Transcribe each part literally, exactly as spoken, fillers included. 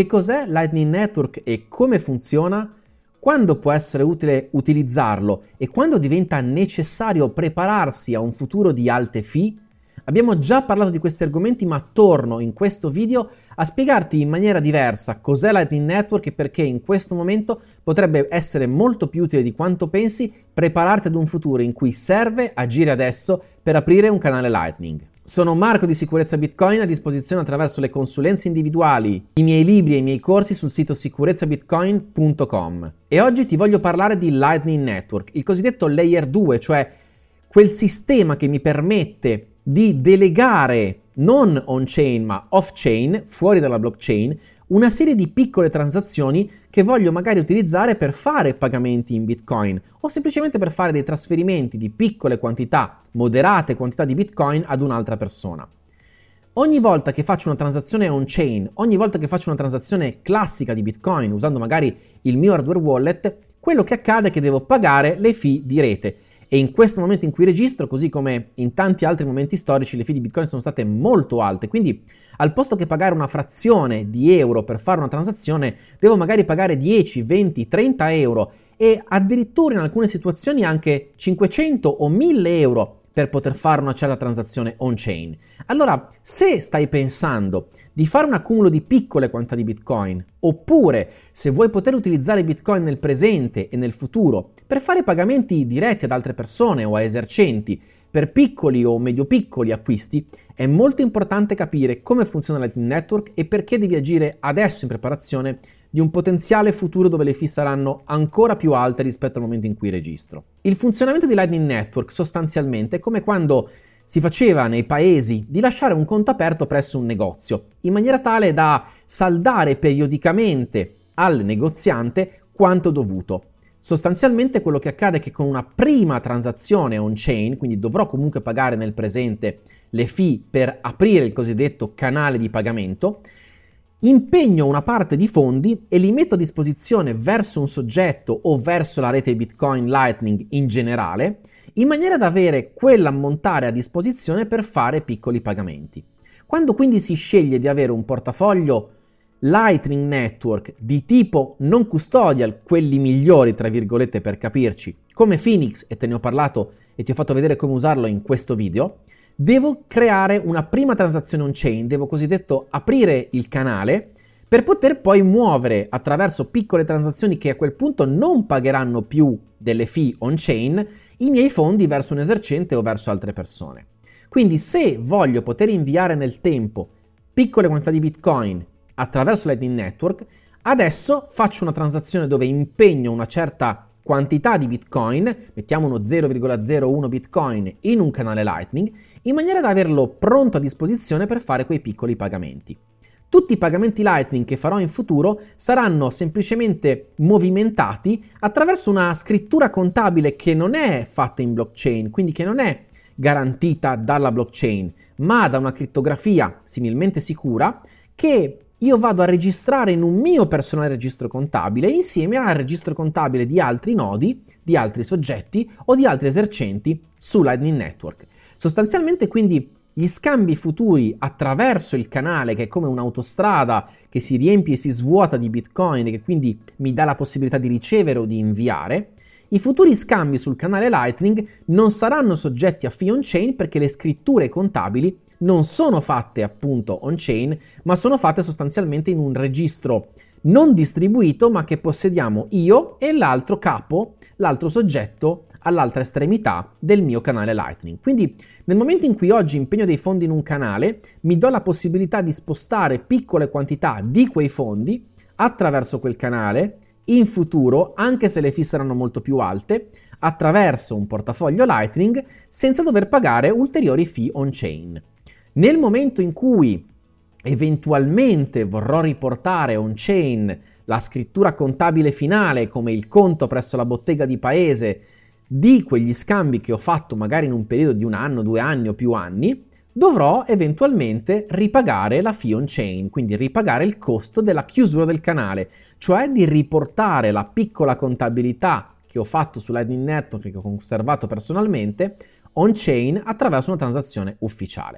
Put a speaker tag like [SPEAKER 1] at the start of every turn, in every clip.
[SPEAKER 1] Che cos'è Lightning Network e come funziona? Quando può essere utile utilizzarlo e quando diventa necessario prepararsi a un futuro di alte fee? Abbiamo già parlato di questi argomenti, ma torno in questo video a spiegarti in maniera diversa cos'è Lightning Network e perché in questo momento potrebbe essere molto più utile di quanto pensi prepararti ad un futuro in cui serve agire adesso per aprire un canale Lightning. Sono Marco di Sicurezza Bitcoin, a disposizione attraverso le consulenze individuali, i miei libri e i miei corsi sul sito sicurezza bitcoin punto com. E oggi ti voglio parlare di Lightning Network, il cosiddetto Layer due, cioè quel sistema che mi permette di delegare non on-chain ma off-chain, fuori dalla blockchain, una serie di piccole transazioni che voglio magari utilizzare per fare pagamenti in Bitcoin o semplicemente per fare dei trasferimenti di piccole quantità, moderate quantità di Bitcoin ad un'altra persona. Ogni volta che faccio una transazione on-chain, ogni volta che faccio una transazione classica di Bitcoin usando magari il mio hardware wallet, quello che accade è che devo pagare le fee di rete. E in questo momento in cui registro, così come in tanti altri momenti storici, le fee di Bitcoin sono state molto alte. Quindi al posto che pagare una frazione di euro per fare una transazione, devo magari pagare dieci, venti, trenta euro e addirittura in alcune situazioni anche cinquecento o mille euro per poter fare una certa transazione on-chain. Allora, se stai pensando di fare un accumulo di piccole quantità di Bitcoin, oppure se vuoi poter utilizzare Bitcoin nel presente e nel futuro per fare pagamenti diretti ad altre persone o a esercenti per piccoli o medio-piccoli acquisti, è molto importante capire come funziona Lightning Network e perché devi agire adesso in preparazione di un potenziale futuro dove le fee saranno ancora più alte rispetto al momento in cui registro. Il funzionamento di Lightning Network sostanzialmente è come quando si faceva nei paesi di lasciare un conto aperto presso un negozio, in maniera tale da saldare periodicamente al negoziante quanto dovuto. Sostanzialmente quello che accade è che con una prima transazione on-chain, quindi dovrò comunque pagare nel presente le fee per aprire il cosiddetto canale di pagamento, impegno una parte di fondi e li metto a disposizione verso un soggetto o verso la rete Bitcoin Lightning in generale, in maniera da avere quell'ammontare a disposizione per fare piccoli pagamenti. Quando quindi si sceglie di avere un portafoglio Lightning Network di tipo non custodial, quelli migliori tra virgolette per capirci, come Phoenix, e te ne ho parlato e ti ho fatto vedere come usarlo in questo video, devo creare una prima transazione on-chain, devo cosiddetto aprire il canale per poter poi muovere attraverso piccole transazioni che a quel punto non pagheranno più delle fee on-chain i miei fondi verso un esercente o verso altre persone. Quindi se voglio poter inviare nel tempo piccole quantità di Bitcoin attraverso Lightning Network, adesso faccio una transazione dove impegno una certa quantità di Bitcoin, mettiamo uno zero virgola zero uno Bitcoin in un canale Lightning, in maniera da averlo pronto a disposizione per fare quei piccoli pagamenti. Tutti i pagamenti Lightning che farò in futuro saranno semplicemente movimentati attraverso una scrittura contabile che non è fatta in blockchain, quindi che non è garantita dalla blockchain, ma da una crittografia similmente sicura che io vado a registrare in un mio personale registro contabile insieme al registro contabile di altri nodi, di altri soggetti o di altri esercenti su Lightning Network. Sostanzialmente quindi gli scambi futuri attraverso il canale, che è come un'autostrada che si riempie e si svuota di Bitcoin e che quindi mi dà la possibilità di ricevere o di inviare, i futuri scambi sul canale Lightning non saranno soggetti a fee on-chain perché le scritture contabili non sono fatte appunto on-chain, ma sono fatte sostanzialmente in un registro non distribuito, ma che possediamo io e l'altro capo, l'altro soggetto all'altra estremità del mio canale Lightning. Quindi nel momento in cui oggi impegno dei fondi in un canale, mi do la possibilità di spostare piccole quantità di quei fondi attraverso quel canale in futuro, anche se le fee saranno molto più alte, attraverso un portafoglio Lightning senza dover pagare ulteriori fee on-chain. Nel momento in cui eventualmente vorrò riportare on-chain la scrittura contabile finale come il conto presso la bottega di paese di quegli scambi che ho fatto magari in un periodo di un anno, due anni o più anni, dovrò eventualmente ripagare la fee on-chain, quindi ripagare il costo della chiusura del canale, cioè di riportare la piccola contabilità che ho fatto su Lightning Network, che ho conservato personalmente, on-chain attraverso una transazione ufficiale.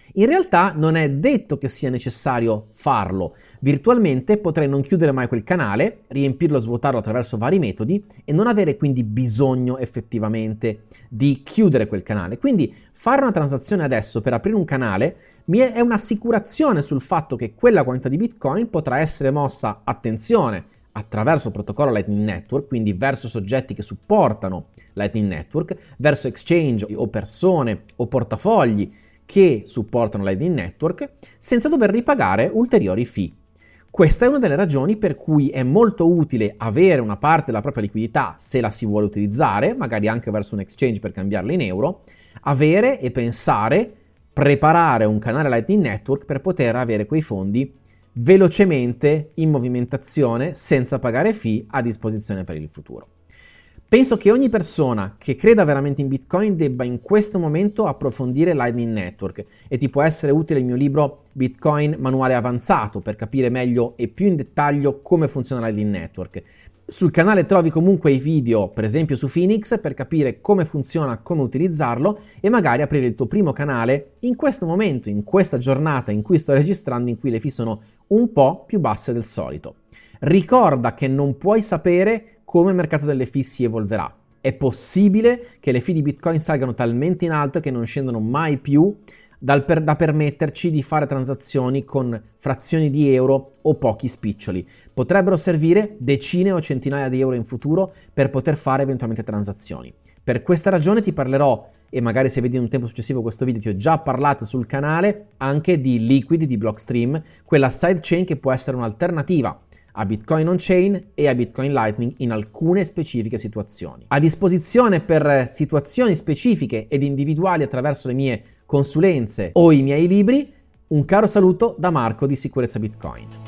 [SPEAKER 1] In realtà non è detto che sia necessario farlo. Virtualmente potrei non chiudere mai quel canale, riempirlo e svuotarlo attraverso vari metodi e non avere quindi bisogno effettivamente di chiudere quel canale. Quindi fare una transazione adesso per aprire un canale mi è un'assicurazione sul fatto che quella quantità di Bitcoin potrà essere mossa, attenzione, attraverso il protocollo Lightning Network, quindi verso soggetti che supportano Lightning Network, verso exchange o persone o portafogli che supportano Lightning Network, senza dover ripagare ulteriori fee. Questa è una delle ragioni per cui è molto utile avere una parte della propria liquidità, se la si vuole utilizzare, magari anche verso un exchange per cambiarla in euro, avere e pensare, preparare un canale Lightning Network per poter avere quei fondi velocemente in movimentazione senza pagare fee a disposizione per il futuro. Penso che ogni persona che creda veramente in Bitcoin debba in questo momento approfondire Lightning Network e ti può essere utile il mio libro Bitcoin Manuale Avanzato per capire meglio e più in dettaglio come funziona Lightning Network. Sul canale trovi comunque i video, per esempio su Phoenix, per capire come funziona, come utilizzarlo e magari aprire il tuo primo canale in questo momento, in questa giornata in cui sto registrando, in cui le fee sono un po' più basse del solito. Ricorda che non puoi sapere come il mercato delle fee si evolverà. È possibile che le fee di Bitcoin salgano talmente in alto che non scendono mai più dal per, da permetterci di fare transazioni con frazioni di euro o pochi spiccioli. Potrebbero servire decine o centinaia di euro in futuro per poter fare eventualmente transazioni. Per questa ragione ti parlerò, e magari se vedi in un tempo successivo questo video ti ho già parlato sul canale, anche di Liquid di Blockstream, quella sidechain che può essere un'alternativa a Bitcoin on-chain e a Bitcoin Lightning in alcune specifiche situazioni. A disposizione per situazioni specifiche ed individuali attraverso le mie consulenze o i miei libri, un caro saluto da Marco di Sicurezza Bitcoin.